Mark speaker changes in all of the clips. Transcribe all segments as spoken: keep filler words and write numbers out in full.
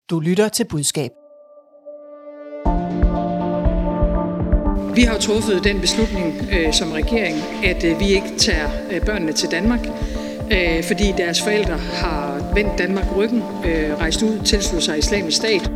Speaker 1: Du lytter til Budskab.
Speaker 2: Vi har jo truffet den beslutning øh, som regering, at øh, vi ikke tager øh, børnene til Danmark, øh, fordi deres forældre har vendt Danmark ryggen, øh, rejst ud, tilsluttet sig Islamisk Stat.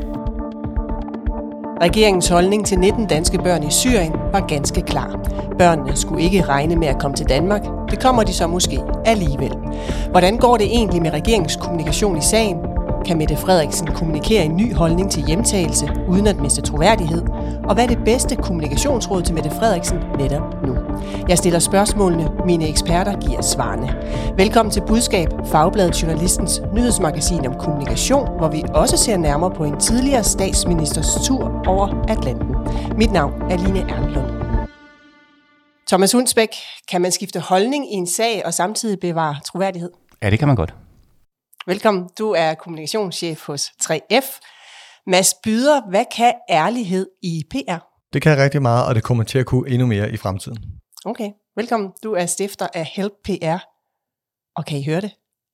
Speaker 1: Regeringens holdning til nitten danske børn i Syrien var ganske klar. Børnene skulle ikke regne med at komme til Danmark. Det kommer de så måske alligevel. Hvordan går det egentlig med regeringens kommunikation i sagen? Kan Mette Frederiksen kommunikere en ny holdning til hjemtagelse uden at miste troværdighed? Og hvad er det bedste kommunikationsråd til Mette Frederiksen netop nu? Jeg stiller spørgsmålene, mine eksperter giver svarene. Velkommen til Budskab, Fagbladet Journalistens nyhedsmagasin om kommunikation, hvor vi også ser nærmere på en tidligere statsministers tur over Atlanten. Mit navn er Line Ernlund. Thomas Hundsbæk, kan man skifte holdning i en sag og samtidig bevare troværdighed?
Speaker 3: Ja, det kan man godt.
Speaker 1: Velkommen. Du er kommunikationschef hos tre F. Mads Byder, hvad kan ærlighed i P R?
Speaker 4: Det kan rigtig meget, og det kommer til at kunne endnu mere i fremtiden.
Speaker 1: Okay, velkommen. Du er stifter af Help P R. Og kan I høre det?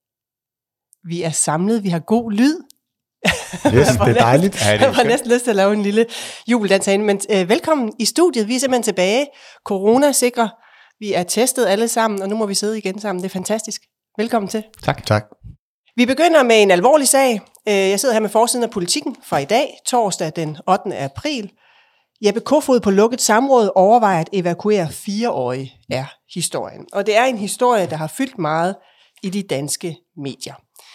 Speaker 1: Vi er samlet, vi har god lyd.
Speaker 4: Yes, det er dejligt.
Speaker 1: Jeg har næsten lyst til at lave en lille juledans herinde, men øh, velkommen i studiet. Vi er simpelthen tilbage. Corona-sikre. Vi er testet alle sammen, og nu må vi sidde igen sammen. Det er fantastisk. Velkommen til.
Speaker 3: Tak.
Speaker 4: Tak.
Speaker 1: Vi begynder med en alvorlig sag. Jeg sidder her med forsiden af Politikken fra i dag, torsdag den ottende april. Jeppe Kofod på lukket samråd overvejer at evakuere fireårige er historien. Og det er en historie, der har fyldt meget i de danske medier.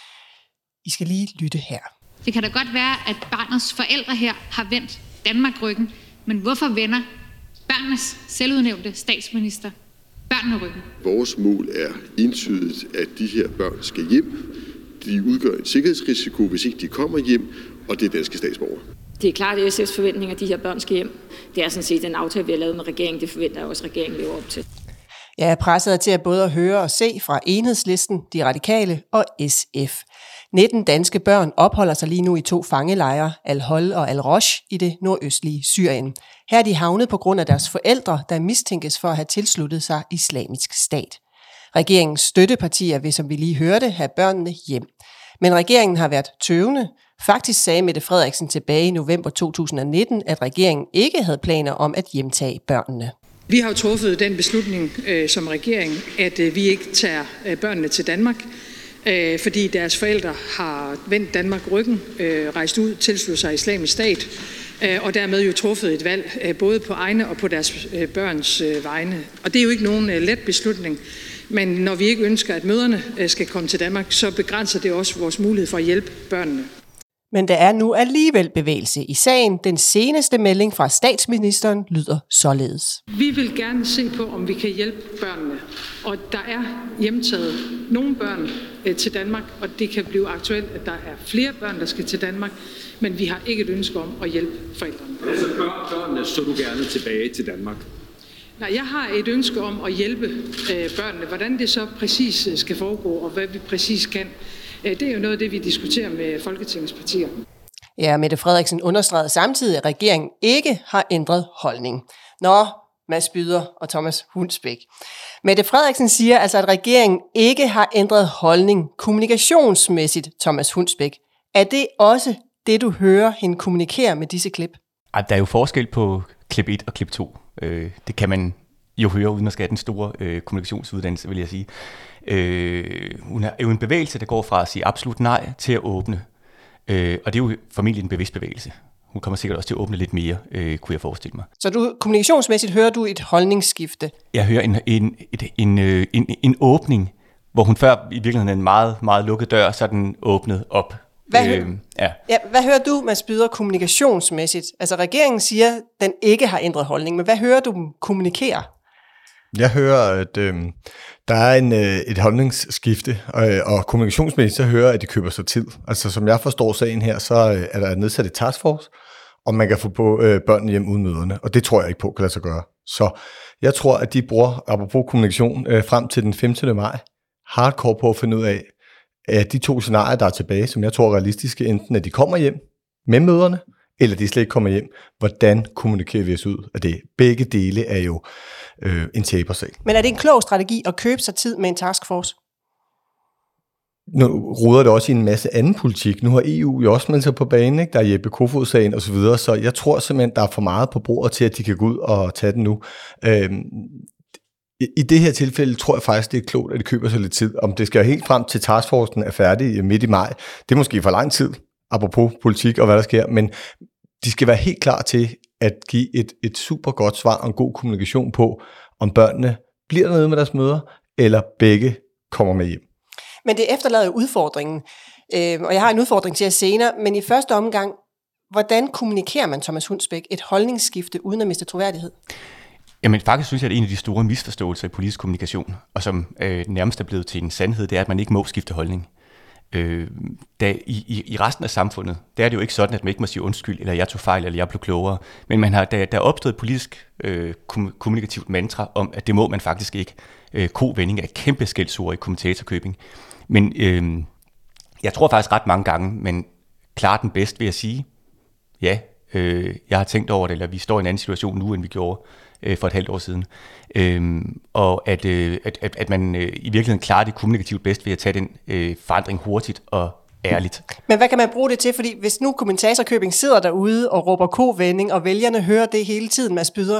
Speaker 1: I skal lige lytte her.
Speaker 5: Det kan da godt være, at barnets forældre her har vendt Danmark ryggen, men hvorfor vender børnenes selvudnævnte statsminister børnene ryggen?
Speaker 6: Vores mål er entydigt, at de her børn skal hjem. De udgør en sikkerhedsrisiko, hvis ikke de kommer hjem, og det er danske statsborgere.
Speaker 7: Det er klart, at S F's forventninger, at de her børn skal hjem. Det er sådan set den aftale, vi har lavet med regeringen. Det forventer jeg også, at regeringen lever op til.
Speaker 1: Jeg er presset til at både at høre og se fra Enhedslisten, De Radikale og S F. nitten danske børn opholder sig lige nu i to fangelejre, Al-Hol og Al-Rosh, i det nordøstlige Syrien. Her er de havnet på grund af deres forældre, der mistænkes for at have tilsluttet sig Islamisk Stat. Regeringens støttepartier vil, som vi lige hørte, have børnene hjem. Men regeringen har været tøvende. Faktisk sagde Mette Frederiksen tilbage i november to tusind og nitten, at regeringen ikke havde planer om at hjemtage børnene.
Speaker 2: Vi har jo truffet den beslutning øh, som regering, at øh, vi ikke tager øh, børnene til Danmark, øh, fordi deres forældre har vendt Danmark ryggen, øh, rejst ud, tilsluttet sig Islamisk Stat, øh, og dermed jo truffet et valg, øh, både på egne og på deres øh, børns øh, vegne. Og det er jo ikke nogen øh, let beslutning. Men når vi ikke ønsker, at mødrene skal komme til Danmark, så begrænser det også vores mulighed for at hjælpe børnene.
Speaker 1: Men der er nu alligevel bevægelse i sagen. Den seneste melding fra statsministeren lyder således.
Speaker 2: Vi vil gerne se på, om vi kan hjælpe børnene. Og der er hjemtaget nogle børn til Danmark, og det kan blive aktuelt, at der er flere børn, der skal til Danmark. Men vi har ikke et ønske om at hjælpe forældrene.
Speaker 8: Altså børnene så du gerne tilbage til Danmark?
Speaker 2: Nej, jeg har et ønske om at hjælpe øh, børnene. Hvordan det så præcis skal foregå, og hvad vi præcis kan, øh, det er jo noget af det, vi diskuterer med Folketingets partier.
Speaker 1: Ja, Mette Frederiksen understregede samtidig, at regeringen ikke har ændret holdning. Nå, Mads Byder og Thomas Hundsbæk. Mette Frederiksen siger altså, at regeringen ikke har ændret holdning kommunikationsmæssigt, Thomas Hundsbæk. Er det også det, du hører hende kommunikere med disse klip?
Speaker 3: Ej, der er jo forskel på klip et og klip to. Øh, det kan man jo høre, uden at skal have den store øh, kommunikationsuddannelse, vil jeg sige. Øh, hun er jo en bevægelse, der går fra at sige absolut nej til at åbne. Øh, og det er jo formentlig en bevidst bevægelse. Hun kommer sikkert også til at åbne lidt mere, øh, kunne jeg forestille mig.
Speaker 1: Så du, kommunikationsmæssigt hører du et holdningsskifte?
Speaker 3: Jeg hører en, en, et, en, en, en, en åbning, hvor hun før i virkeligheden en meget, meget lukket dør, så den åbnet op.
Speaker 1: Hvad,
Speaker 3: øh, ja.
Speaker 1: Ja, hvad hører du, Mads Byder, kommunikationsmæssigt? Altså regeringen siger, at den ikke har ændret holdning, men hvad hører du dem kommunikere?
Speaker 4: Jeg hører, at øh, der er en, øh, et holdningsskifte, og, og kommunikationsmæssigt så hører jeg, at de køber sig tid. Altså som jeg forstår sagen her, så øh, er der nedsat et taskforce, og man kan få på, øh, børnene hjem uden møderne, og det tror jeg ikke på kan lade sig gøre. Så jeg tror, at de bruger, apropos kommunikation, øh, frem til den femtende maj, hardcore på at finde ud af, at de to scenarier, der er tilbage, som jeg tror er realistiske, enten at de kommer hjem med møderne, eller de slet ikke kommer hjem. Hvordan kommunikerer vi os ud af det? Begge dele er jo øh, en tabersag.
Speaker 1: Men er det en klog strategi at købe sig tid med en taskforce?
Speaker 4: nu roder det også i en masse anden politik. Nu har E U jo også meldt sig på banen, ikke? Der er Jeppe Kofod-sagen og så videre, så jeg tror simpelthen, der er for meget på bordet til, at de kan gå ud og tage den nu. Øhm, I det her tilfælde tror jeg faktisk, det er klogt, at de køber sig lidt tid. Om det skal helt frem til taskforcen er færdig midt i maj, det er måske for lang tid, apropos politik og hvad der sker, men de skal være helt klar til at give et, et super godt svar og en god kommunikation på, om børnene bliver dernede med deres mødre, eller begge kommer med hjem.
Speaker 1: Men det efterlader jo udfordringen, øh, og jeg har en udfordring til jer senere, men i første omgang, hvordan kommunikerer man, Thomas Hundsbæk, et holdningsskifte uden at miste troværdighed?
Speaker 3: Jamen faktisk synes jeg, at en af de store misforståelser i politisk kommunikation, og som øh, nærmest er blevet til en sandhed, det er, at man ikke må skifte holdning. Øh, da, i, i, I resten af samfundet, der er det jo ikke sådan, at man ikke må sige undskyld, eller jeg tog fejl, eller jeg blev klogere. Men man har, der, der er opstået et politisk øh, kommunikativt mantra om, at det må man faktisk ikke. Øh, kovending er et kæmpe skældsord i kommentatorkøbing. Men øh, jeg tror faktisk ret mange gange, men klarer den bedst ved at sige, ja, øh, jeg har tænkt over det, eller vi står i en anden situation nu, end vi gjorde øh, for et halvt år siden. Øh, og at, øh, at, at, at man øh, i virkeligheden klarer det kommunikativt bedst ved at tage den øh, forandring hurtigt og ærligt.
Speaker 1: Men hvad kan man bruge det til? Fordi hvis nu kommentatorkøbing sidder derude og råber kovending, og vælgerne hører det hele tiden med spyder,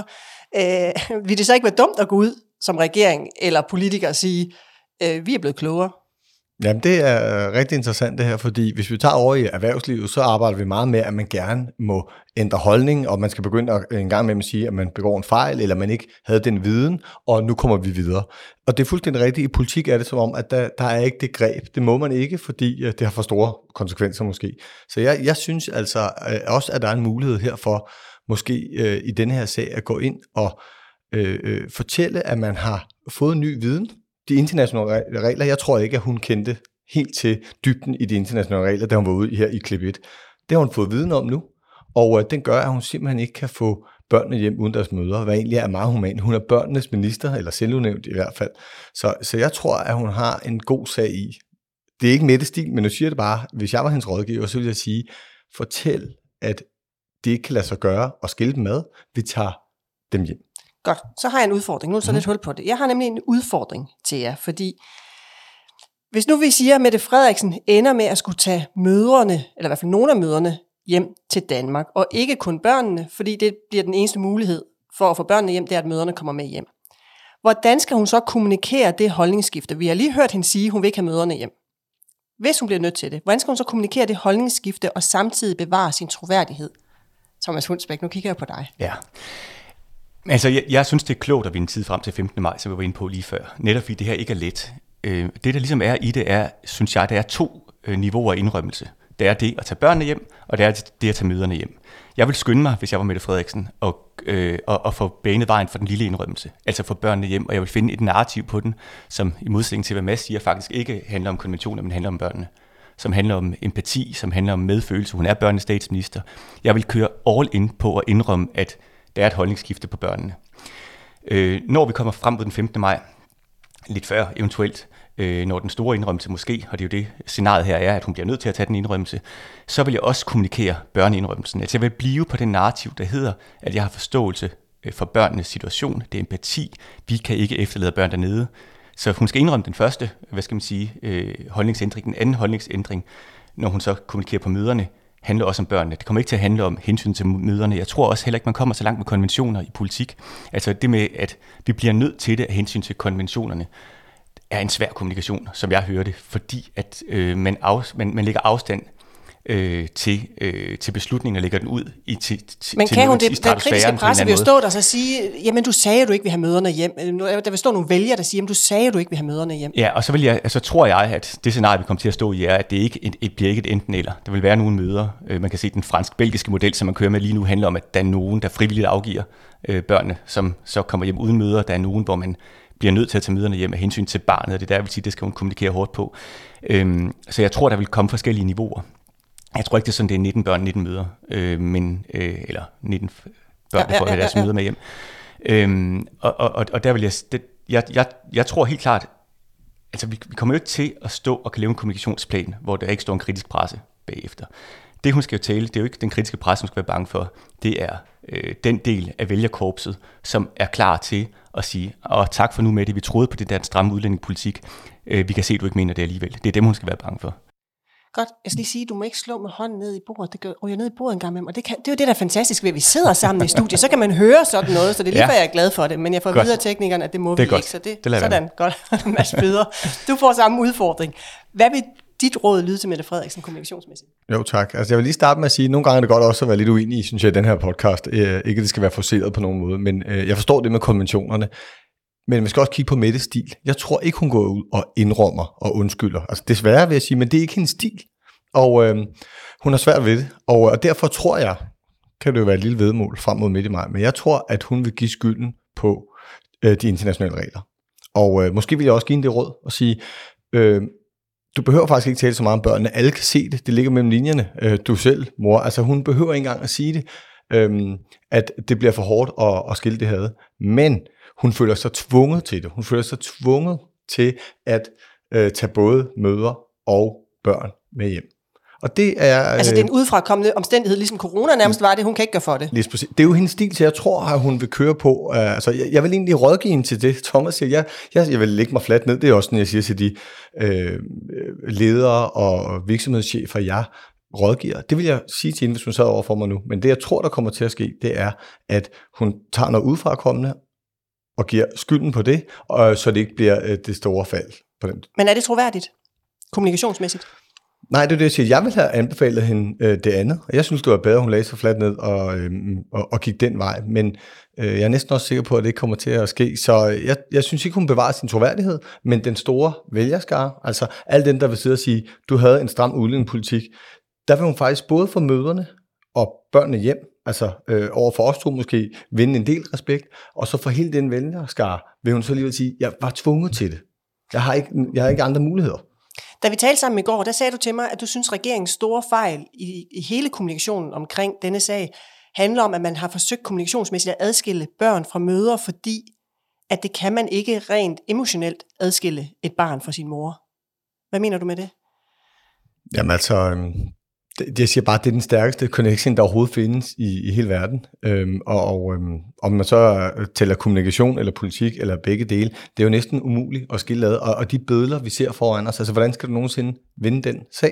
Speaker 1: øh, vil det så ikke være dumt at gå ud som regering eller politiker og sige, øh, vi er blevet klogere?
Speaker 4: Jamen, det er rigtig interessant det her, fordi hvis vi tager over i erhvervslivet, så arbejder vi meget med, at man gerne må ændre holdning, og man skal begynde at en gang med at sige, at man begår en fejl, eller man ikke havde den viden, og nu kommer vi videre. Og det er fuldstændig rigtigt. I politik er det som om, at der, der er ikke det greb. Det må man ikke, fordi det har for store konsekvenser måske. Så jeg, jeg synes altså også, at der er en mulighed her for, måske øh, i denne her sag, at gå ind og øh, øh, fortælle, at man har fået ny viden. De internationale regler, jeg tror ikke, at hun kendte helt til dybden i de internationale regler, da hun var ude her i klip et. Det har hun fået viden om nu, og øh, den gør, at hun simpelthen ikke kan få børnene hjem uden deres mødre, hvad egentlig er meget human. Hun er børnenes minister, eller selvudnævnt i hvert fald. Så, så jeg tror, at hun har en god sag i. Det er ikke Mette Stil, men nu siger det bare, hvis jeg var hendes rådgiver, så ville jeg sige, fortæl, at det ikke kan lade sig gøre og skille dem med. Vi tager dem hjem.
Speaker 1: Godt, så har jeg en udfordring. Nu er så mm. lidt hul på det. Jeg har nemlig en udfordring til jer, fordi hvis nu vi siger, at Mette Frederiksen ender med at skulle tage mødrene, eller i hvert fald nogle af mødrene, hjem til Danmark, og ikke kun børnene, fordi det bliver den eneste mulighed for at få børnene hjem, det er, at mødrene kommer med hjem. Hvordan skal hun så kommunikere det holdningsskifte? Vi har lige hørt hende sige, at hun vil ikke have mødrene hjem. Hvis hun bliver nødt til det, hvordan skal hun så kommunikere det holdningsskifte og samtidig bevare sin troværdighed? Thomas Hundsbæk, nu kigger jeg på dig.
Speaker 3: Ja. Altså, jeg, jeg synes, det er klogt at vinde tid frem til femtende maj, som vi var inde på lige før. Netop fordi det her ikke er let. Øh, det, der ligesom er i det, er, synes jeg, der er to øh, niveauer af indrømmelse. Det er det at tage børnene hjem, og det er det at tage mødrene hjem. Jeg vil skynde mig, hvis jeg var Mette Frederiksen, og, øh, og, og få banet vejen for den lille indrømmelse. Altså få børnene hjem, og jeg vil finde et narrativ på den, som i modsætning til, hvad Mads siger, faktisk ikke handler om konventioner, men handler om børnene. Som handler om empati, som handler om medfølelse. Hun er børnenes statsminister. Jeg vil køre all in på at indrømme, at der er et holdningsskifte på børnene. Øh, når vi kommer frem mod den femtende maj, lidt før eventuelt, øh, når den store indrømmelse måske, og det er jo det scenariet her er, at hun bliver nødt til at tage den indrømmelse, så vil jeg også kommunikere børneindrømmelsen. Altså jeg vil blive på den narrativ, der hedder, at jeg har forståelse for børnenes situation, det er empati, vi kan ikke efterlade børn dernede. Så hun skal indrømme den første, hvad skal man sige, øh, holdningsændring, den anden holdningsændring, når hun så kommunikerer på møderne, handler også om børnene. Det kommer ikke til at handle om hensyn til mødrene. Jeg tror også heller ikke, man kommer så langt med konventioner i politik. Altså det med, at vi bliver nødt til det af hensyn til konventionerne, er en svær kommunikation, som jeg hører det, fordi at øh, man, af, man, man lægger afstand øh, til, øh, til beslutningen og lægger den ud i til, til
Speaker 1: Men
Speaker 3: til
Speaker 1: kan hun
Speaker 3: noget,
Speaker 1: det? Den kritiske presse vil jo stå der og sige, jamen du sagde, at du ikke vil have mødrene hjem. Der vil stå nogle vælgere, der siger, jamen du sagde, at du ikke vil have mødrene hjem.
Speaker 3: Ja, og så vil jeg, altså tror jeg, at det scenarie, vi kommer til at stå i, er, at det ikke et, et, bliver ikke et enten eller. Der vil være nogle møder. Man kan se den fransk-belgiske model, som man kører med lige nu, handler om, at der er nogen, der frivilligt afgiver øh, børnene, som så kommer hjem uden møder. Der er nogen, hvor man bliver nødt til at tage møderne hjem af hensyn til barnet, og det der, jeg vil sige, det skal hun kommunikere hårdt på. Øhm, så jeg tror, der vil komme forskellige niveauer. Jeg tror ikke, det er sådan, det er nitten børn, nitten møder, øh, men, øh, eller nitten børn, der får ja, ja, ja, ja. deres møder med hjem. Øhm, og, og, og der vil jeg, det, jeg, jeg, jeg tror helt klart, altså vi, vi kommer jo ikke til at stå og kan lave en kommunikationsplan, hvor der ikke står en kritisk presse bagefter. det hun skal jo tale, det er jo ikke den kritiske presse, hun skal være bange for. Det er øh, den del af vælgerkorpset, som er klar til at sige, og tak for nu med det, vi troede på det der stramme udlændingepolitik. Øh, vi kan se, at du ikke mener det alligevel. Det er dem, hun skal være bange for.
Speaker 1: Godt, jeg skal lige sige, at du må ikke slå med hånden ned i bordet. Det går jo ned i bordet en gang med mig. Og det, kan, det er jo det, der er fantastisk ved, at vi sidder sammen i studiet. Så kan man høre sådan noget, så det er lige ja. før, jeg er glad for det. Men jeg får videre teknikerne, at det må
Speaker 3: det
Speaker 1: vi
Speaker 3: godt.
Speaker 1: ikke. Så det,
Speaker 3: det
Speaker 1: sådan, være. Godt. Mads Bøder. Du får samme udfordring. Hvad vil dit råd lyde til Mette Frederiksen kommunikationsmæssigt?
Speaker 4: Jo, tak. Altså, jeg vil lige starte med at sige, at nogle gange er det godt også at være lidt uenig i, synes jeg, i den her podcast. Ikke, at det skal være forceret på nogen måde, men jeg forstår det med konventionerne. Men vi skal også kigge på Mettes stil. Jeg tror ikke, hun går ud og indrømmer og undskylder. Altså, desværre vil jeg sige, men det er ikke hendes stil. Og øh, hun har svært ved det, og, og derfor tror jeg, kan det jo være et lille vedmål frem mod midt i maj, men jeg tror, at hun vil give skylden på øh, de internationale regler. Og øh, måske vil jeg også give hende det råd og sige, øh, du behøver faktisk ikke tale så meget om børnene, alle kan se det, det ligger mellem linjerne, øh, du selv, mor, altså hun behøver ikke engang at sige det, øh, at det bliver for hårdt at, at skille det had, men hun føler sig tvunget til det, hun føler sig tvunget til at øh, tage både mødre og børn med hjem. Og det er,
Speaker 1: altså det er en udefrakommende omstændighed, ligesom corona nærmest var det, hun kan ikke gøre for det.
Speaker 4: Det er jo hendes stil til, jeg tror, at hun vil køre på. Uh, altså, jeg, jeg vil egentlig rådgive hende til det. Thomas siger, jeg, jeg, jeg vil lægge mig fladt ned. Det er også sådan, jeg siger til de øh, ledere og virksomhedschefer, jeg rådgiver. Det vil jeg sige til hende, hvis hun sad over for mig nu. Men det, jeg tror, der kommer til at ske, det er, at hun tager noget udefrakommende og giver skylden på det, og så det ikke bliver øh, det store fald på den.
Speaker 1: Men er det troværdigt, kommunikationsmæssigt?
Speaker 4: Nej, det er det, jeg siger. Jeg ville have anbefalet hende øh, det andet, og jeg synes, det var bedre, at hun lagde sig fladt ned og, øh, og, og gik den vej, men øh, jeg er næsten også sikker på, at det ikke kommer til at ske, så jeg, jeg synes ikke, hun bevarer sin troværdighed, men den store vælgerskare, altså alle dem, der vil sidde og sige, du havde en stram udlændingepolitik, der vil hun faktisk både få mødrene og børnene hjem, altså øh, over for os to måske vinde en del respekt, og så for hele den vælgerskare vil hun så alligevel sige, jeg var tvunget til det. Jeg har ikke, jeg har ikke andre muligheder.
Speaker 1: Da vi talte sammen i går, der sagde du til mig, at du synes, regeringens store fejl i, i hele kommunikationen omkring denne sag handler om, at man har forsøgt kommunikationsmæssigt at adskille børn fra mødre, fordi at det kan man ikke rent emotionelt adskille et barn fra sin mor. Hvad mener du med det?
Speaker 4: Jamen altså, det, jeg siger bare, at det er den stærkeste connection, der overhovedet findes i, i hele verden. Øhm, og og øhm, om man så tæller kommunikation eller politik eller begge dele, det er jo næsten umuligt at skille ad. Og, og de bødler, vi ser foran os, altså hvordan skal du nogensinde vinde den sag?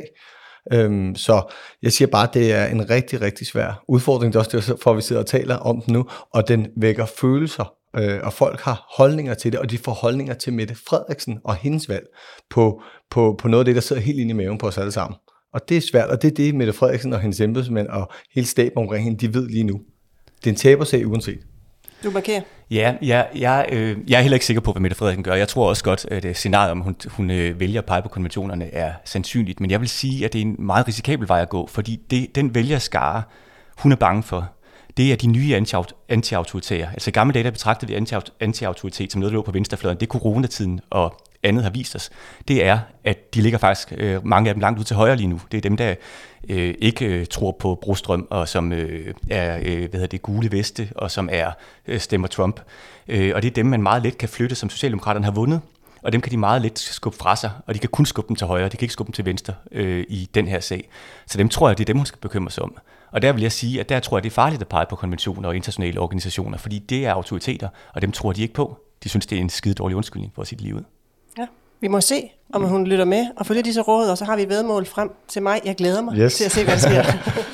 Speaker 4: Øhm, så jeg siger bare, at det er en rigtig, rigtig svær udfordring. Det er også derfor, at vi sidder og taler om den nu, og den vækker følelser. Øh, og folk har holdninger til det, og de får holdninger til Mette Frederiksen og hendes valg på, på, på noget af det, der sidder helt inde i maven på os alle sammen. Og det er svært, og det er det, Mette Frederiksen og hendes embedsmænd og hele staben omkring hende, de ved lige nu. Det er en tabersag uanset.
Speaker 1: Du markerer.
Speaker 3: Ja, jeg, jeg, øh, jeg er heller ikke sikker på, hvad Mette Frederiksen gør. Jeg tror også godt, at scenariet, om hun, hun øh, vælger at pege på konventionerne, er sandsynligt. Men jeg vil sige, at det er en meget risikabel vej at gå, fordi det, den vælgerskare, hun er bange for, det er de nye anti-autoritære. Altså i gamle dage, der betragtede vi anti-autoritet som noget, der lå på venstrefløjen. Det coronatiden og andet har vist os. Det er, at de ligger faktisk øh, mange af dem langt ud til højre lige nu. Det er dem, der øh, ikke øh, tror på Brostrøm, og som øh, er øh, hvad hedder det, gule veste, og som er øh, stemmer Trump. Øh, og det er dem, man meget let kan flytte, som Socialdemokraterne har vundet. Og dem kan de meget let skubbe fra sig, og de kan kun skubbe dem til højre, de kan ikke skubbe dem til venstre øh, i den her sag. Så dem tror jeg, det er dem, hun skal bekymre sig om. Og der vil jeg sige, at der tror jeg, det er farligt at pege på konventioner og internationale organisationer, fordi det er autoriteter, og dem tror de ikke på. De synes, det er en skide dårlig undskyldning for at sige det lige ud.
Speaker 1: Ja, vi må se, om hun lytter med og følger disse råd, og så har vi vedmål frem til mig. Jeg glæder mig yes. til at se, hvad der sker.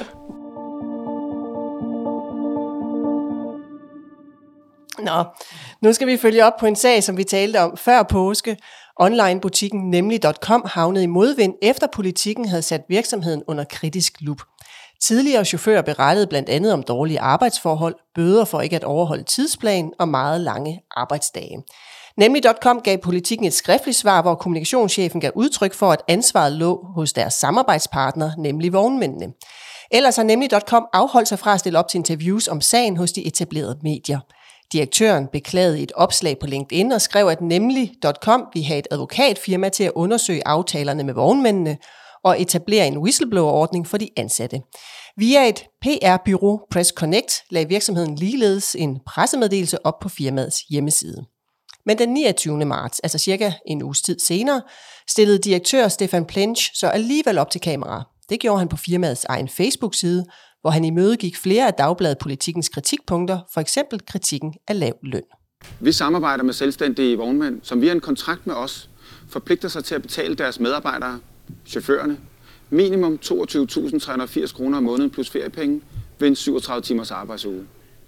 Speaker 1: Nå, nu skal vi følge op på en sag, som vi talte om før påske. Online-butikken nemlig punktum com havnede i modvind, efter Politikken havde sat virksomheden under kritisk lup. Tidligere chauffører berettede blandt andet om dårlige arbejdsforhold, bøder for ikke at overholde tidsplan og meget lange arbejdsdage. Nemlig punktum com gav Politikken et skriftligt svar, hvor kommunikationschefen gav udtryk for, at ansvaret lå hos deres samarbejdspartner, nemlig vognmændene. Ellers har nemlig punktum com afholdt sig fra at stille op til interviews om sagen hos de etablerede medier. Direktøren beklagede i et opslag på LinkedIn og skrev, at nemlig punktum com vil have et advokatfirma til at undersøge aftalerne med vognmændene og etablere en whistleblower-ordning for de ansatte. Via et P R-bureau, Press Connect, lagde virksomheden ligeledes en pressemeddelelse op på firmaets hjemmeside. Men den niogtyvende marts, altså cirka en uges tid senere, stillede direktør Stefan Plensch så alligevel op til kamera. Det gjorde han på firmaets egen Facebook-side, hvor han imødegik flere af Dagbladet Politikens kritikpunkter, for eksempel kritikken af lav løn.
Speaker 9: Vi samarbejder med selvstændige vognmænd, som via en kontrakt med os forpligter sig til at betale deres medarbejdere, chaufførerne, minimum toogtyve tusind tre hundrede og firs kroner om måneden plus feriepenge ved en syvogtredive timers arbejdsuge.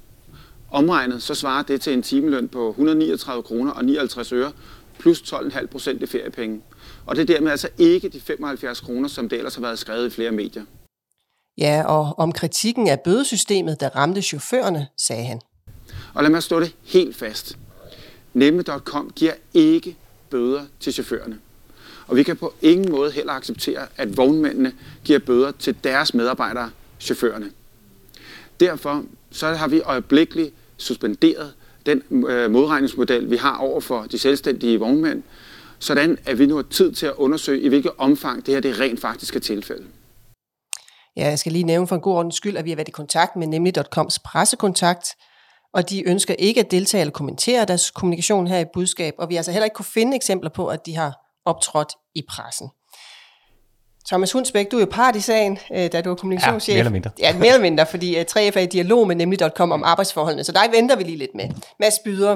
Speaker 9: Omregnet så svarer det til en timeløn på et hundrede og niogtredive kroner og nioghalvtreds øre plus tolv komma fem procent i feriepenge. Og det er dermed altså ikke de femoghalvfjerds kroner, som det ellers har været skrevet i flere medier.
Speaker 1: Ja, og om kritikken af bødesystemet, der ramte chaufførerne, sagde han.
Speaker 9: Og lad mig slå det helt fast. Nemlig punktum com giver ikke bøder til chaufførerne. Og vi kan på ingen måde heller acceptere, at vognmændene giver bøder til deres medarbejdere, chaufførerne. Derfor så har vi øjeblikkeligt suspenderet den øh, modregningsmodel, vi har over for de selvstændige vognmænd, sådan at vi nu har tid til at undersøge, i hvilket omfang det her det rent faktisk er tilfældet.
Speaker 1: Ja, jeg skal lige nævne for en god ordens skyld, at vi har været i kontakt med nemlig punktum coms pressekontakt, og de ønsker ikke at deltage eller kommentere deres kommunikation her i budskab, og vi har altså heller ikke kunne finde eksempler på, at de har optrådt i pressen. Thomas Hundsbæk, du er jo part i sagen, da du er kommunikationschef.
Speaker 3: Ja, mere eller mindre.
Speaker 1: Ja, mere eller mindre, fordi tre F er i dialog med nemlig punktum com om arbejdsforholdene, så der venter vi lige lidt med. Mads Byder,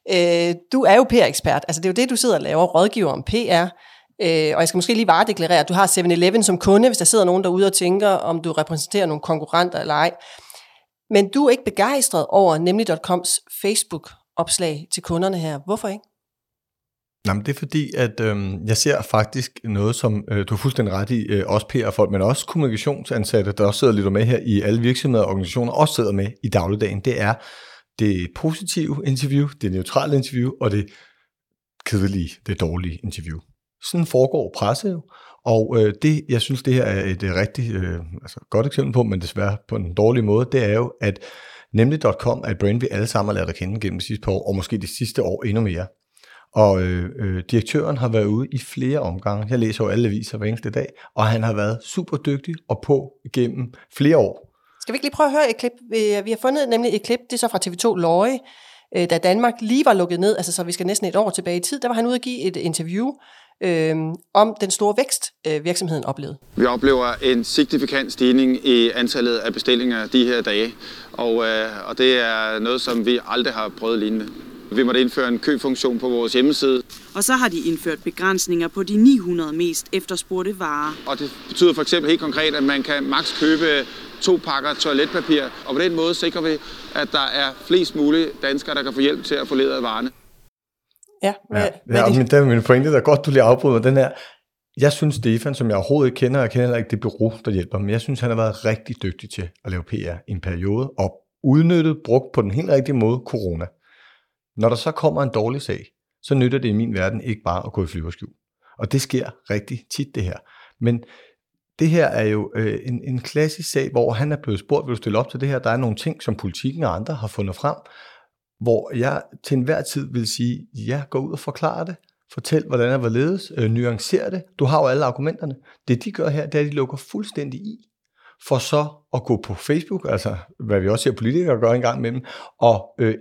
Speaker 1: du er jo P R-ekspert, altså det er jo det, du sidder og laver, rådgiver om P R, og jeg skal måske lige varedeklarere, at du har seven eleven som kunde, hvis der sidder nogen derude og tænker, om du repræsenterer nogle konkurrenter eller ej. Men du er ikke begejstret over nemlig punktum coms Facebook-opslag til kunderne her. Hvorfor ikke?
Speaker 4: Jamen, det er fordi, at øh, jeg ser faktisk noget, som øh, du er fuldstændig ret i, øh, også P R-folk, men også kommunikationsansatte, der også sidder lidt med her i alle virksomheder og organisationer, også sidder med i dagligdagen. Det er det positive interview, det neutrale interview, og det kedelige, det dårlige interview. Sådan foregår presse jo, og øh, det, jeg synes, det her er et rigtig øh, altså godt eksempel på, men desværre på en dårlig måde, det er jo, at nemlig punktum com er et brand, vi alle sammen har lært at kende gennem de sidste par år, og måske de sidste år endnu mere. Og øh, øh, direktøren har været ude i flere omgange. Jeg læser jo alle aviser hver eneste dag, og han har været super dygtig og på gennem flere år.
Speaker 1: Skal vi ikke lige prøve at høre et klip? Vi har fundet nemlig et klip, det er så fra T V to Løje, da Danmark lige var lukket ned, altså så vi skal næsten et år tilbage i tid, der var han ude at give et interview øh, om den store vækst, øh, virksomheden oplevede.
Speaker 9: Vi oplever en signifikant stigning i antallet af bestillinger de her dage, og, øh, og det er noget, som vi aldrig har prøvet lignende. Vi måtte indføre en køfunktion på vores hjemmeside.
Speaker 10: Og så har de indført begrænsninger på de ni hundrede mest efterspurgte varer.
Speaker 9: Og det betyder for eksempel helt konkret, at man kan maks købe to pakker toiletpapir. Og på den måde sikrer vi, at der er flest mulige danskere, der kan få hjælp til at få leveret varerne.
Speaker 1: Ja, hvad,
Speaker 4: ja,
Speaker 1: hvad
Speaker 4: ja
Speaker 1: er det?
Speaker 4: men det er min pointe, der er godt, du lige afbryder den her. Jeg synes, Stefan, som jeg overhovedet ikke kender, jeg kender heller ikke det bureau, der hjælper, men jeg synes, han har været rigtig dygtig til at lave P R i en periode, og udnyttet, brugt på den helt rigtige måde, corona. Når der så kommer en dårlig sag, så nytter det i min verden ikke bare at gå i flyverskjul. Og det sker rigtig tit, det her. Men det her er jo øh, en, en klassisk sag, hvor han er blevet spurgt, vil du stille op til det her? Der er nogle ting, som politikken og andre har fundet frem, hvor jeg til enhver tid vil sige, ja, gå ud og forklare det. Fortæl, hvordan det var ledes. Øh, nuancer det. Du har jo alle argumenterne. Det, de gør her, det er, at de lukker fuldstændig i, for så at gå på Facebook, altså hvad vi også ser politikere gøre en gang imellem, og øh,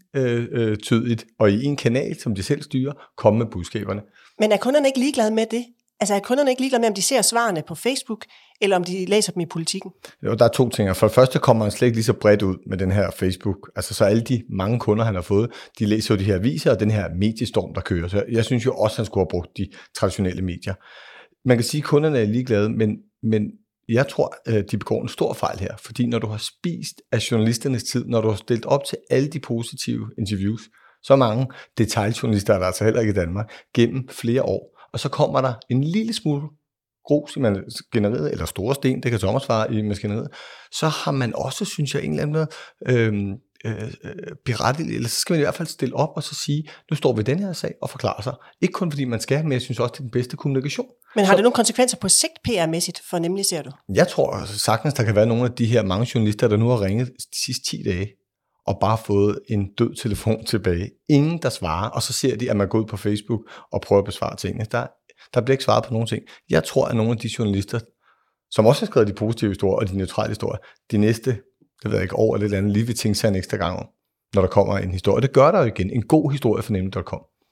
Speaker 4: entydigt og i en kanal, som de selv styrer, komme med budskaberne.
Speaker 1: Men er kunderne ikke ligeglade med det? Altså er kunderne ikke ligeglade med, om de ser svarene på Facebook, eller om de læser dem i Politikken?
Speaker 4: Jo, der er to ting. For det første kommer han slet ikke lige så bredt ud med den her Facebook. Altså så alle de mange kunder, han har fået, de læser jo de her aviser og den her mediestorm, der kører. Så jeg synes jo også, han skulle have brugt de traditionelle medier. Man kan sige, at kunderne er ligeglade, men, men jeg tror, de begår en stor fejl her, fordi når du har spist af journalisternes tid, når du har stillet op til alle de positive interviews, så mange detailjournalister er der altså heller ikke i Danmark, gennem flere år, og så kommer der en lille smule grus i maskineriet, eller store sten, det kan Thomas svare i maskineriet, så har man også, synes jeg, en eller anden øh, øh, berettiget, eller så skal man i hvert fald stille op og så sige, nu står vi i den her sag og forklare sig. Ikke kun fordi man skal, men jeg synes også, det er den bedste kommunikation.
Speaker 1: Men har
Speaker 4: så,
Speaker 1: det nogle konsekvenser på sigt P R-mæssigt for nemlig, ser du?
Speaker 4: Jeg tror sagtens, der kan være nogle af de her mange journalister, der nu har ringet de sidste ti dage, og bare fået en død telefon tilbage. Ingen, der svarer, og så ser de, at man går ud på Facebook og prøver at besvare tingene. Der, der bliver ikke svaret på nogen ting. Jeg tror, at nogle af de journalister, som også har skrevet de positive historier og de neutrale historier, de næste, det ved jeg ikke, år eller lidt andet, lige vil tænke sig en ekstra gang om, når der kommer en historie. Det gør der jo igen. En god historie for nemlig punktum com.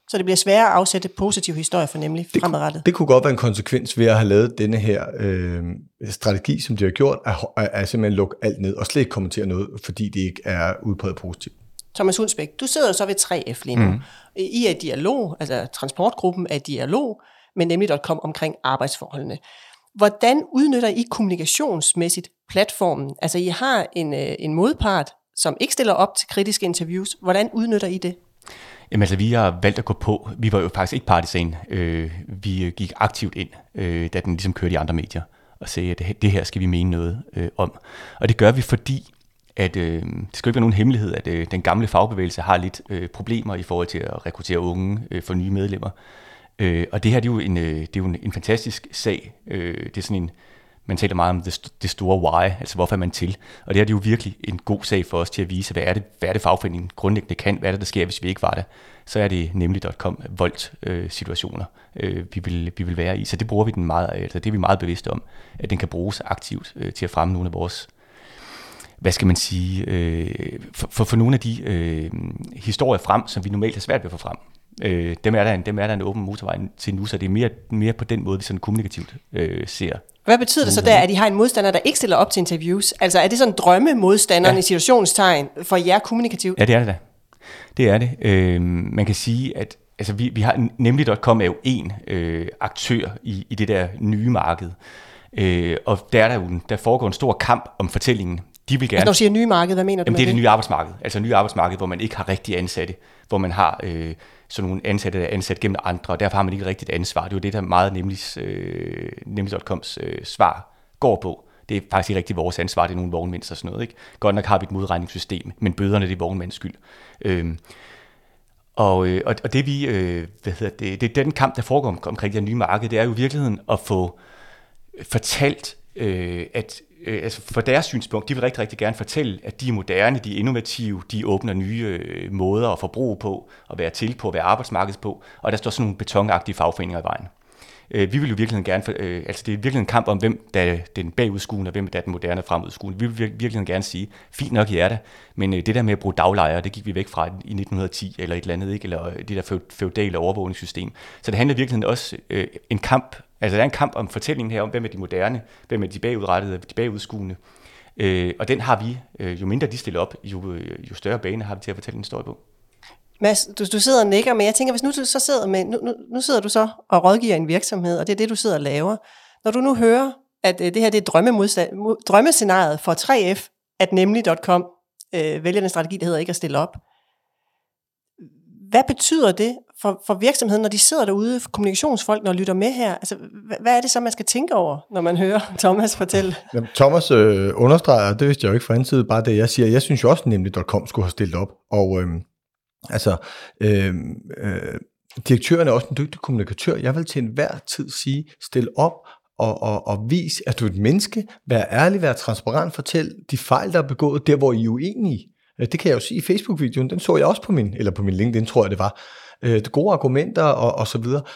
Speaker 1: Så det bliver sværere at afsætte positive historier for nemlig
Speaker 4: det
Speaker 1: fremadrettet.
Speaker 4: Kunne, det kunne godt være en konsekvens ved at have lavet denne her øh, strategi, som de har gjort, at, at, at simpelthen lukke alt ned og slet ikke kommentere noget, fordi det ikke er udpræget positivt.
Speaker 1: Thomas Hundsbæk, du sidder så ved tre F lige nu. Mm. I er i dialog, altså transportgruppen er i dialog med nemlig punktum com omkring arbejdsforholdene. Hvordan udnytter I kommunikationsmæssigt platformen? Altså I har en, en modpart, som ikke stiller op til kritiske interviews. Hvordan udnytter I det?
Speaker 3: Jamen altså, vi har valgt at gå på. Vi var jo faktisk ikke part i sagen. Øh, vi gik aktivt ind, øh, da den ligesom kørte i andre medier, og sagde, at det, det her skal vi mene noget øh, om. Og det gør vi, fordi at øh, det skal ikke være nogen hemmelighed, at øh, den gamle fagbevægelse har lidt øh, problemer i forhold til at rekruttere unge øh, for nye medlemmer. Øh, og det her det er jo en, øh, det er jo en, en fantastisk sag. Øh, det er sådan en, man taler meget om det, det store why, altså hvorfor er man til. Og det her det er jo virkelig en god sag for os til at vise, hvad er det, hvad er det fagforeningen grundlæggende kan, hvad er det, der sker, hvis vi ikke var det. Så er det nemlig punktum com voldt øh, situationer, øh, vi, vil, vi vil være i. Så det bruger vi den meget, altså det er vi meget bevidste om, at den kan bruges aktivt øh, til at fremme nogle af vores, hvad skal man sige, øh, for, for, for nogle af de øh, historier frem, som vi normalt har svært ved at få frem. Øh, dem, er der en, dem er der en åben motorvej til nu, så det er mere, mere på den måde, vi sådan kommunikativt øh, ser.
Speaker 1: Hvad betyder det så der, at I har en modstander, der ikke stiller op til interviews? Altså er det sådan drømmemodstanderen ja. i situationstegn for jer kommunikativt?
Speaker 3: Ja, det er det da. Det er det. Øh, man kan sige, at altså, vi, vi har nemlig punktum com er jo en øh, aktør i, i det der nye marked. Øh, og der, er der, jo, der foregår en stor kamp om fortællingen. De vil gerne...
Speaker 1: Altså, når du siger nye marked, hvad mener du
Speaker 3: Jamen,
Speaker 1: med
Speaker 3: det? Det er
Speaker 1: det?
Speaker 3: det nye arbejdsmarked. Altså nye arbejdsmarked, hvor man ikke har rigtige ansatte. Hvor man har øh, sådan nogle ansatte, der er ansat gennem andre, og derfor har man ikke rigtigt ansvar. Det er jo det, der meget nemlig, øh, nemlig punktum coms øh, svar går på. Det er faktisk ikke rigtig vores ansvar, det er nogle vognmænd og sådan noget. Ikke? Godt nok har vi et modregningssystem, men bøderne det er vognmænds skyld. Øhm, og, øh, og det vi, øh, hvad hedder det, det er den kamp, der foregår om, omkring det her nye marked, det er jo i virkeligheden at få fortalt, øh, at øh, altså for deres synspunkt, de vil rigtig, rigtig gerne fortælle, at de er moderne, de er innovative, de åbner nye øh, måder at forbruge på, at være til på, at være arbejdsmarkeds på, og der står sådan nogle betonagtige fagforeninger i vejen. Øh, vi vil jo virkelig gerne, øh, altså det er virkelig en kamp om, hvem der er den bagudskuende, og hvem der er den moderne fremudskuende. Vi vil virkelig gerne sige, fint nok i er det, men øh, det der med at bruge daglejre, det gik vi væk fra i nitten ti eller et eller andet, ikke? Eller det der feudale overvågningssystem. Så det handler virkelig også øh, en kamp, altså der er en kamp om fortællingen her, om hvem er de moderne, hvem er de bagudrettede, de bagudskuende. Øh, og den har vi, øh, jo mindre de stiller op, jo, jo større bane har vi til at fortælle en historie på.
Speaker 1: Mads, du, du sidder og nikker, men jeg tænker, hvis nu du så sidder med, nu, nu, nu sidder du så og rådgiver en virksomhed, og det er det, du sidder og laver. Når du nu hører, at øh, det her det er drømmescenariet for tre F, at nemlig punktum com øh, vælger den strategi, der hedder ikke at stille op. Hvad betyder det for, for virksomheden, når de sidder derude, for kommunikationsfolk, når de lytter med her? Altså, hvad, hvad er det så, man skal tænke over, når man hører Thomas fortælle?
Speaker 4: Jamen, Thomas øh, understreger, det vidste jeg jo ikke fra anden side, bare det jeg siger. Jeg synes jo også, nemlig punktum com skulle have stillet op, og øh, altså, øh, øh, direktøren er også en dygtig kommunikatør. Jeg vil til enhver tid sige, stil op og, og, og vis, at du er et menneske. Vær ærlig, vær transparent, fortæl de fejl, der er begået, der hvor I er uenige. Det kan jeg jo sige i Facebook-videoen, den så jeg også på min, eller på min LinkedIn, tror jeg det var. Øh, de gode argumenter og, og så videre.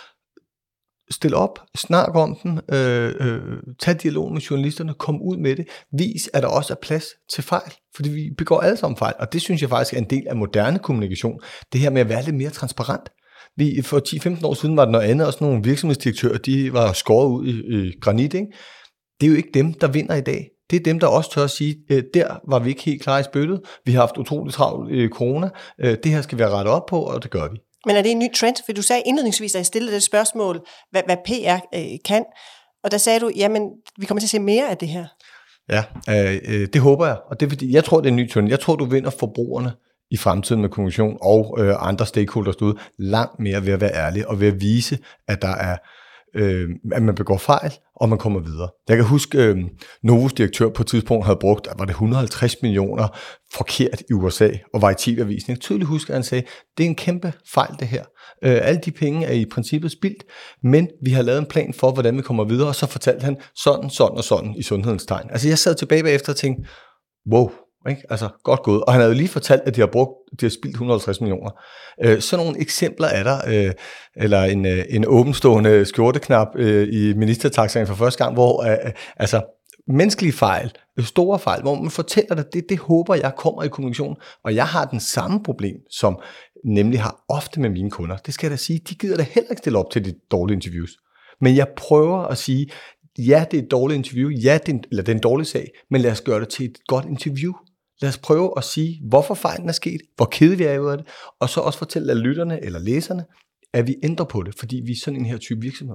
Speaker 4: Stil op, snak om den, øh, øh, tag dialog med journalisterne, kom ud med det, vis, at der også er plads til fejl, fordi vi begår alle sammen fejl, og det synes jeg faktisk er en del af moderne kommunikation, det her med at være lidt mere transparent. Vi, for ti til femten år siden var det noget andet, og sådan nogle virksomhedsdirektører, de var skåret ud i, i granit, ikke? Det er jo ikke dem, der vinder i dag. Det er dem, der også tør at sige, øh, der var vi ikke helt klar i spyttet, vi har haft utroligt travlt i corona, øh, det her skal vi have rettet op på, og det gør vi.
Speaker 1: Men er det en ny trend? For du sagde indledningsvis, at jeg stillede det spørgsmål, hvad, hvad P R øh, kan, og der sagde du, jamen, vi kommer til at se mere af det her.
Speaker 4: Ja, øh, det håber jeg, og det er fordi, jeg tror, det er en ny trend. Jeg tror, du vinder forbrugerne i fremtiden med kommunikation og øh, andre stakeholders derude langt mere ved at være ærlig, og ved at vise, at der er Øh, at man begår fejl, og man kommer videre. Jeg kan huske, øh, Novos direktør på et tidspunkt havde brugt, var det et hundrede og halvtreds millioner forkert i U S A, og var i T V-avisen. Jeg kan tydeligt huske, at han sagde, det er en kæmpe fejl det her. Øh, alle de penge er i princippet spildt, men vi har lavet en plan for, hvordan vi kommer videre, og så fortalte han sådan, sådan og sådan i sundhedens tegn. Altså jeg sad tilbage bagefter og tænkte, wow, ikke? Altså godt gået. Og han havde jo lige fortalt, at de har brugt, de har spildt et hundrede og halvtreds millioner. Øh, sådan nogle eksempler er der, øh, eller en, øh, en åbenstående skjorteknap øh, i ministertaxaen for første gang, hvor øh, altså menneskelige fejl, store fejl, hvor man fortæller dig, det, det håber jeg kommer i kommunikationen, og jeg har den samme problem som nemlig har ofte med mine kunder, det skal jeg da sige, de gider da heller ikke stille op til de dårlige interviews. Men jeg prøver at sige, ja, det er et dårligt interview, ja, det er en, eller det er en dårlig sag, men lad os gøre det til et godt interview. Lad os prøve at sige, hvorfor fejlen er sket, hvor kede vi er ud af det, og så også fortælle af lytterne eller læserne, at vi ændrer på det, fordi vi er sådan en her type virksomhed.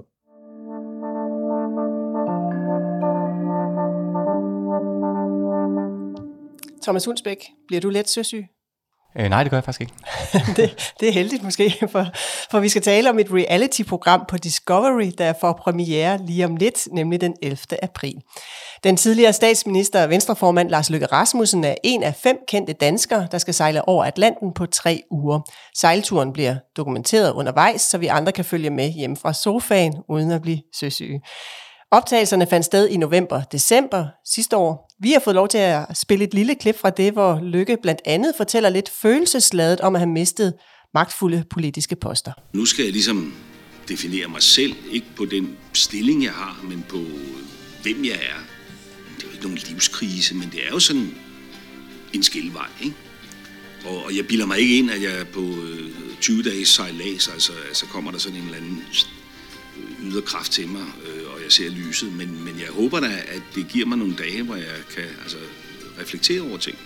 Speaker 1: Thomas Hundsbæk, bliver du let søsyg?
Speaker 3: Øh, nej, det gør jeg faktisk ikke.
Speaker 1: det, det er heldigt måske, for, for vi skal tale om et reality-program på Discovery, der får premiere lige om lidt, nemlig den ellevte april. Den tidligere statsminister og venstreformand Lars Løkke Rasmussen er en af fem kendte danskere, der skal sejle over Atlanten på tre uger. Sejlturen bliver dokumenteret undervejs, så vi andre kan følge med hjem fra sofaen, uden at blive søsyge. Optagelserne fandt sted i november-december sidste år. Vi har fået lov til at spille et lille klip fra det, hvor Løkke blandt andet fortæller lidt følelsesladet om at have mistet magtfulde politiske poster.
Speaker 11: Nu skal jeg ligesom definere mig selv, ikke på den stilling, jeg har, men på hvem jeg er. Det er jo ikke nogen livskrise, men det er jo sådan en skillevej, ikke? Og, og jeg bilder mig ikke ind, at jeg er på tyve dages sejlads, altså, altså kommer der sådan en eller anden yder kraft til mig, og jeg ser lyset, men, men jeg håber da, at det giver mig nogle dage, hvor jeg kan altså, reflektere over ting.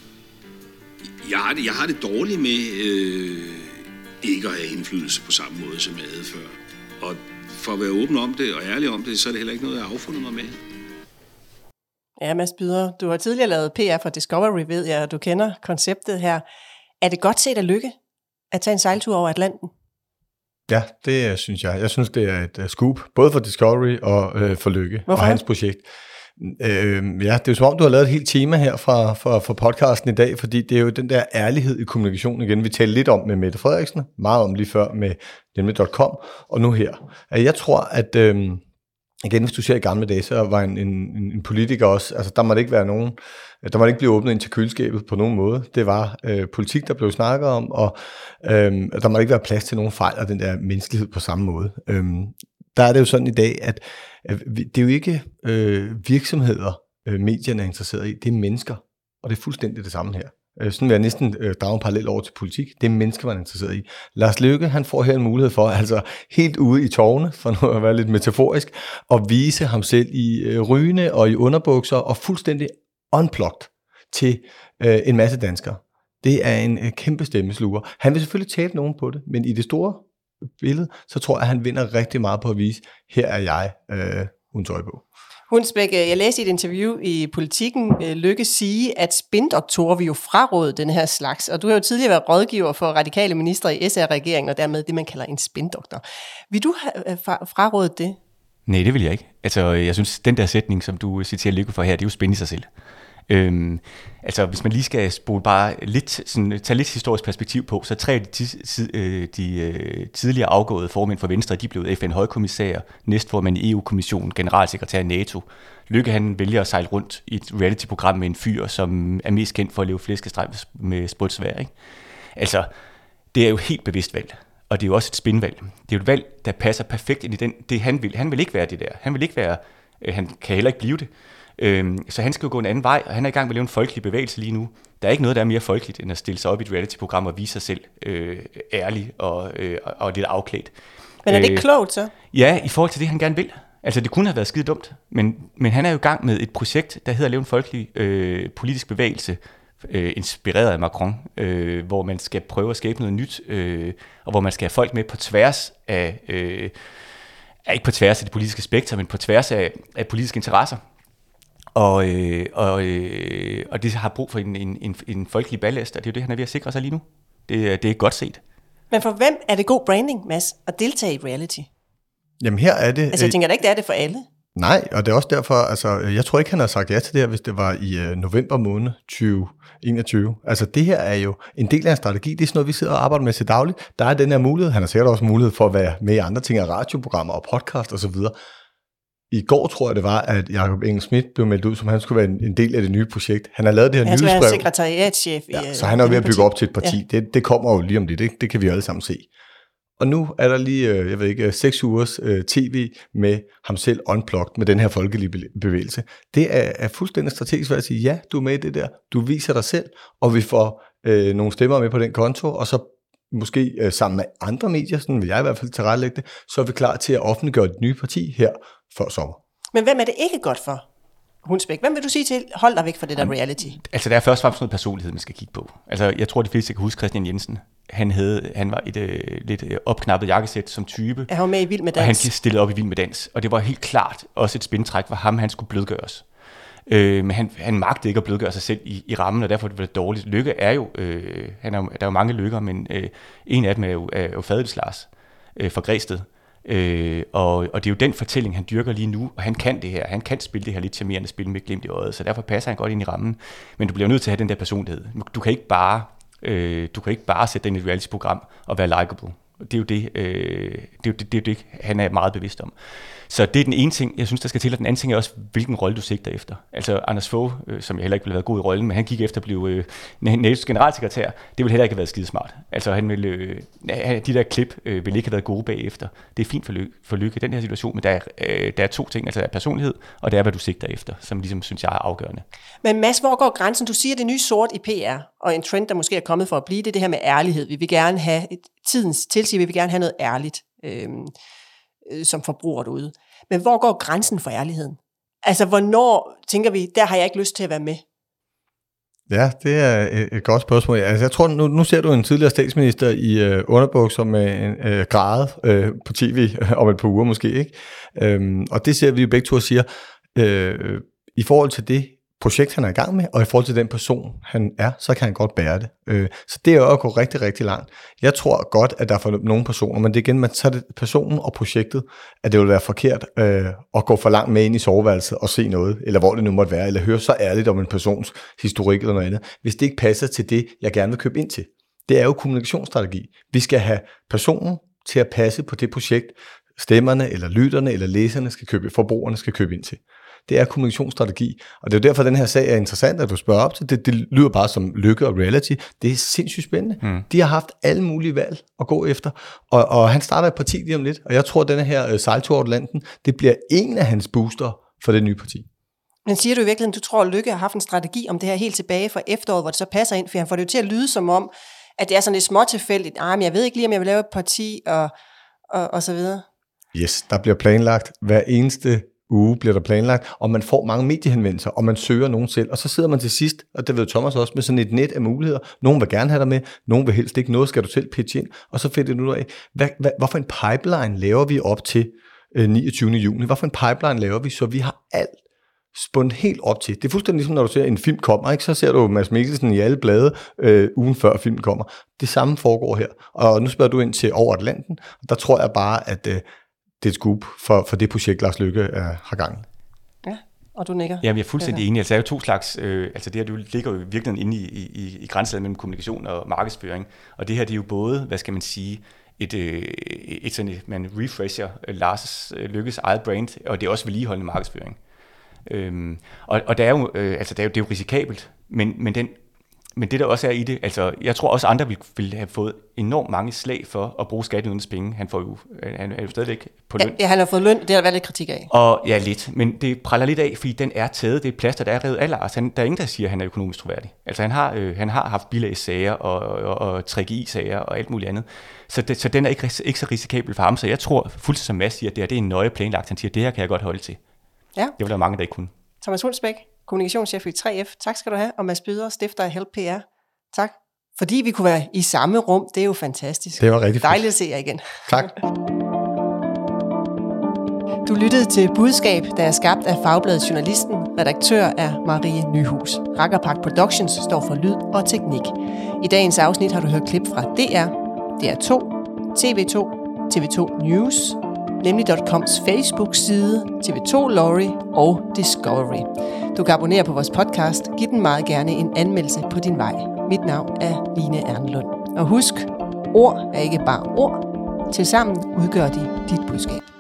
Speaker 11: Jeg har det, jeg har det dårligt med øh, ikke at have indflydelse på samme måde, som jeg havde før. Og for at være åben om det og ærlig om det, så er det heller ikke noget, jeg har affundet mig med.
Speaker 1: Ja, Mads Byder, du har tidligere lavet P R for Discovery, ved jeg, og du kender konceptet her. Er det godt set af Løkke at tage en sejltur over Atlanten?
Speaker 4: Ja, det synes jeg. Jeg synes, det er et uh, scoop, både for Discovery og uh, for Løkke.
Speaker 1: Hvorfor?
Speaker 4: Og hans projekt. Uh, ja, det er jo som om, du har lavet et helt tema her fra, fra, fra podcasten i dag, fordi det er jo den der ærlighed i kommunikationen igen. Vi talte lidt om med Mette Frederiksen, meget om lige før med nemlig punktum com, og nu her. Uh, jeg tror, at uh, igen, hvis du ser i gamle dage, så var en, en, en politiker også, altså der måtte ikke være nogen, der måtte ikke blive åbnet ind til køleskabet på nogen måde. Det var øh, politik, der blev snakket om, og øh, der måtte ikke være plads til nogen fejl af den der menneskelighed på samme måde. Øh, der er det jo sådan i dag, at, at det er jo ikke øh, virksomheder, øh, medierne er interesseret i, det er mennesker, og det er fuldstændig det samme her. Sådan vil jeg næsten øh, drage en parallel over til politik. Det er mennesker, man er interesseret i. Lars Løkke, han får her en mulighed for, altså helt ude i tårne, for nu at være lidt metaforisk, at vise ham selv i øh, rygene og i underbukser, og fuldstændig unplugged til øh, en masse danskere. Det er en øh, kæmpe stemmesluger. Han vil selvfølgelig tabe nogen på det, men i det store billede, så tror jeg, at han vinder rigtig meget på at vise, her er jeg, øh, hun tøj på.
Speaker 1: Hundsbæk, jeg læste i et interview i Politikken, Løkke sige, at spindoktorer vil jo fraråde den her slags, og du har jo tidligere været rådgiver for radikale ministre i S R-regeringen, og dermed det, man kalder en spindoktor. Vil du have frarådet det?
Speaker 3: Nej, det vil jeg ikke. Altså, jeg synes, den der sætning, som du citerer Løkke for her, det er jo spændende i sig selv. Øhm, altså, hvis man lige skal spole bare lidt, sådan, tage lidt historisk perspektiv på, så tre af de, tid, øh, de øh, tidligere afgåede formænd for Venstre, de blev F N-højkommissær, næstformand i E U-kommissionen, generalsekretær i NATO. Løkke, han vælger at sejle rundt i et reality-program med en fyr, som er mest kendt for at leve flæskesteg med sprøjtsvær, ikke? Altså, det er jo helt bevidst valg, og det er jo også et spinvalg. Det er jo et valg, der passer perfekt ind i den, det han vil. Han vil ikke være det der. Han vil ikke være, øh, han kan heller ikke blive det. Øhm, så han skal jo gå en anden vej, og han er i gang med at lave en folkelig bevægelse lige nu. Der er ikke noget, der er mere folkeligt, end at stille sig op i et reality-program og vise sig selv øh, ærlig og, øh, og lidt afklædt.
Speaker 1: Men er det ikke klogt så?
Speaker 3: Ja, i forhold til det, han gerne vil. Altså, det kunne have været skide dumt, men, men han er jo i gang med et projekt, der hedder at lave en folkelig øh, politisk bevægelse, øh, inspireret af Macron, øh, hvor man skal prøve at skabe noget nyt, øh, og hvor man skal have folk med på tværs af, øh, ikke på tværs af det politiske spektrum, men på tværs af, af politiske interesser. Og, øh, og, øh, og det har brug for en, en, en, en folkelig ballast, og det er jo det, han er ved at sikre sig lige nu. Det, det er godt set.
Speaker 1: Men for hvem er det god branding, Mads, at deltage i reality?
Speaker 4: Jamen her er det...
Speaker 1: Altså jeg tænker da ikke, det er det for alle.
Speaker 4: Nej, og det er også derfor, altså jeg tror ikke, han har sagt ja til det her, hvis det var i øh, november måned tyve enogtyve. Altså det her er jo en del af en strategi, det er sådan noget, vi sidder og arbejder med til dagligt. Der er den her mulighed, han har sikkert også mulighed for at være med i andre ting af radioprogrammer og podcast og så videre. I går tror jeg det var, at Jakob Engel-Schmidt blev meldt ud, som han skulle være en, en del af det nye projekt. Han har lavet det her nyhedsbrev.
Speaker 1: Han skal være sekretariatschef.
Speaker 4: Ja,
Speaker 1: i,
Speaker 4: så han er ved at bygge op til et parti.
Speaker 1: Ja.
Speaker 4: Det, det kommer jo lige om det. det. Det kan vi alle sammen se. Og nu er der lige, jeg ved ikke, seks ugers uh, tv med ham selv unplugged med den her folkelige bevægelse. Det er, er fuldstændig strategisk at sige, ja, du er med i det der. Du viser dig selv, og vi får uh, nogle stemmer med på den konto, og så måske øh, sammen med andre medier, sådan vil jeg i hvert fald tilrettelægge det, så er vi klar til at offentliggøre det nye parti her før sommer.
Speaker 1: Men hvem er det ikke godt for? Hundsbæk. Hvem vil du sige til, hold dig væk fra det der reality?
Speaker 3: Altså, der er først og fremmest noget personlighed, man skal kigge på. Altså, jeg tror, de fleste kan huske Christian Jensen. Han, havde, han var et øh, lidt opknappet jakkesæt som type.
Speaker 1: Jeg var med i Vild med Dans.
Speaker 3: Og han stillede op i Vild med Dans. Og det var helt klart også et spindtræk for ham, han skulle blødgøres. Øh, men han, han magtede ikke at blødgøre sig selv i, i rammen, og derfor var det dårligt. Lykke er jo, øh, han er, der er jo mange lykker, men øh, en af dem er jo, er jo Fadels Lars øh, fra Græsted. Øh, og, og det er jo den fortælling, han dyrker lige nu, og han kan det her. Han kan spille det her lidt charmerende spil med glimt i øjet, så derfor passer han godt ind i rammen. Men du bliver nødt til at have den der personlighed. Du kan ikke bare, øh, du kan ikke bare sætte den i et reality-program og være likeable. Det er jo det, øh, det, er jo det, det, er det, han er meget bevidst om. Så det er den ene ting, jeg synes, der skal til, og den anden ting er også, hvilken rolle du sigter efter. Altså Anders Fogh, øh, som jeg heller ikke ville have været god i rollen, men han gik efter at blive øh, N A T O's generalsekretær, det ville heller ikke have været skidesmart. Altså han ville, øh, de der klip øh, ville ikke have været gode bagefter. Det er fint for, Lykke, for Lykke i den her situation, men der er, øh, der er to ting, altså der er personlighed, og det er, hvad du sigter efter, som ligesom synes jeg er afgørende.
Speaker 1: Men Mads, hvor går grænsen? Du siger, det er nye sort i P R, og en trend, der måske er kommet for at blive det, det her med ærlighed. Vi vil gerne have, tidens tilsig, vi vil gerne have noget ærligt, øh, øh, som forbruger derude. Men hvor går grænsen for ærligheden? Altså, hvornår tænker vi, der har jeg ikke lyst til at være med?
Speaker 4: Ja, det er et, et godt spørgsmål. Altså, jeg tror, nu, nu ser du en tidligere statsminister i øh, underbukser med en øh, grad øh, på tv om et par uger måske, ikke? Øhm, og det ser vi jo begge to og siger, øh, i forhold til det projekt, han er i gang med, og i forhold til den person, han er, så kan han godt bære det. Øh, så det er jo at gå rigtig, rigtig langt. Jeg tror godt, at der er for nogle personer, men det igen, man tager det personen og projektet, at det vil være forkert øh, at gå for langt med ind i soveværelset og se noget, eller hvor det nu måtte være, eller høre så ærligt om en persons historik eller noget andet, hvis det ikke passer til det, jeg gerne vil købe ind til. Det er jo kommunikationsstrategi. Vi skal have personen til at passe på det projekt, stemmerne, eller lytterne, eller læserne skal købe, forbrugerne skal købe ind til. Det er kommunikationsstrategi, og det er jo derfor, at den her sag er interessant, at du spørger op til. Det, det lyder bare som Lykke og reality. Det er sindssygt spændende. Mm. De har haft alle mulige valg at gå efter, og, og han starter et parti lige om lidt, og jeg tror, at denne her uh, sejltur over Atlanten, det bliver en af hans booster for det nye parti.
Speaker 1: Men siger du i virkeligheden, du tror, at Lykke har haft en strategi om det her helt tilbage fra efteråret, hvor det så passer ind, for han får det jo til at lyde som om, at det er sådan lidt småtilfældigt. Ah, men jeg ved ikke lige, om jeg vil lave et parti, og, og, og så videre.
Speaker 4: Yes, der bliver planlagt hver eneste uge bliver der planlagt, og man får mange mediehenvendelser, og man søger nogen selv, og så sidder man til sidst, og det ved Thomas også, med sådan et net af muligheder. Nogen vil gerne have dig med, nogen vil helst ikke. Noget skal du selv pitche ind, og så finder du ud af, hvad, hvad, hvorfor en pipeline laver vi op til øh, niogtyvende juni? Hvorfor en pipeline laver vi, så vi har alt spundet helt op til? Det er fuldstændig ligesom, når du ser en film kommer, ikke? Så ser du Mads Mikkelsen i alle blade øh, ugen før filmen kommer. Det samme foregår her, og nu spørger du ind til over Atlanten, og der tror jeg bare, at øh, det er et scoop for, for det projekt, Lars Løkke uh, har gang.
Speaker 1: Ja, og du nikker.
Speaker 3: Ja, vi er fuldstændig enige. Altså, der er jo to slags, øh, altså det her det ligger jo virkelig inde i, i, i grænselandet mellem kommunikation og markedsføring, og det her det er jo både, hvad skal man sige, et, øh, et sådan, man refresher Lars Løkkes eget brand, og det er også vedligeholdende markedsføring. Øhm, og, og det er jo, øh, altså det er jo, det er jo risikabelt, men, men den Men det der også er i det, altså jeg tror også andre ville, ville have fået enormt mange slag for at bruge skatteydernes penge. Han får jo, han er jo stadigvæk på løn.
Speaker 1: Ja, ja, han har fået løn, det har der været lidt kritik af.
Speaker 3: Og ja, lidt, men det praller lidt af, fordi den er taget, det er et plaster, der er revet af Lars. Han, der er ingen, der siger, at han er økonomisk troværdig. Altså han har, øh, han har haft bilagssager og, og, og trikkeri-sager og alt muligt andet. Så, det, så den er ikke, ikke så risikabel for ham, så jeg tror fuldstændig som Mads siger, at det, her, det er en nøje planlagt. Han siger, at det her kan jeg godt holde til.
Speaker 1: Ja.
Speaker 3: Det var der mange, der ikke kunne.
Speaker 1: Thomas Hundsbæk, kommunikationschef i tre F. Tak skal du have, og Mads Byder, stifter af Help P R. Tak. Fordi vi kunne være i samme rum, det er jo fantastisk.
Speaker 4: Det var rigtig
Speaker 1: dejligt at se jer igen.
Speaker 4: Tak.
Speaker 1: Du lyttede til Budskab, der er skabt af Fagbladet Journalisten. Redaktør er Marie Nyhus. Rakkerpark Productions står for lyd og teknik. I dagens afsnit har du hørt klip fra D R, D R to, T V to, T V to News, nemlig punktum coms Facebook-side, T V to Lorry og Discovery. Du kan abonnere på vores podcast. Giv den meget gerne en anmeldelse på din vej. Mit navn er Line Ernlund. Og husk, ord er ikke bare ord. Tilsammen udgør de dit budskab.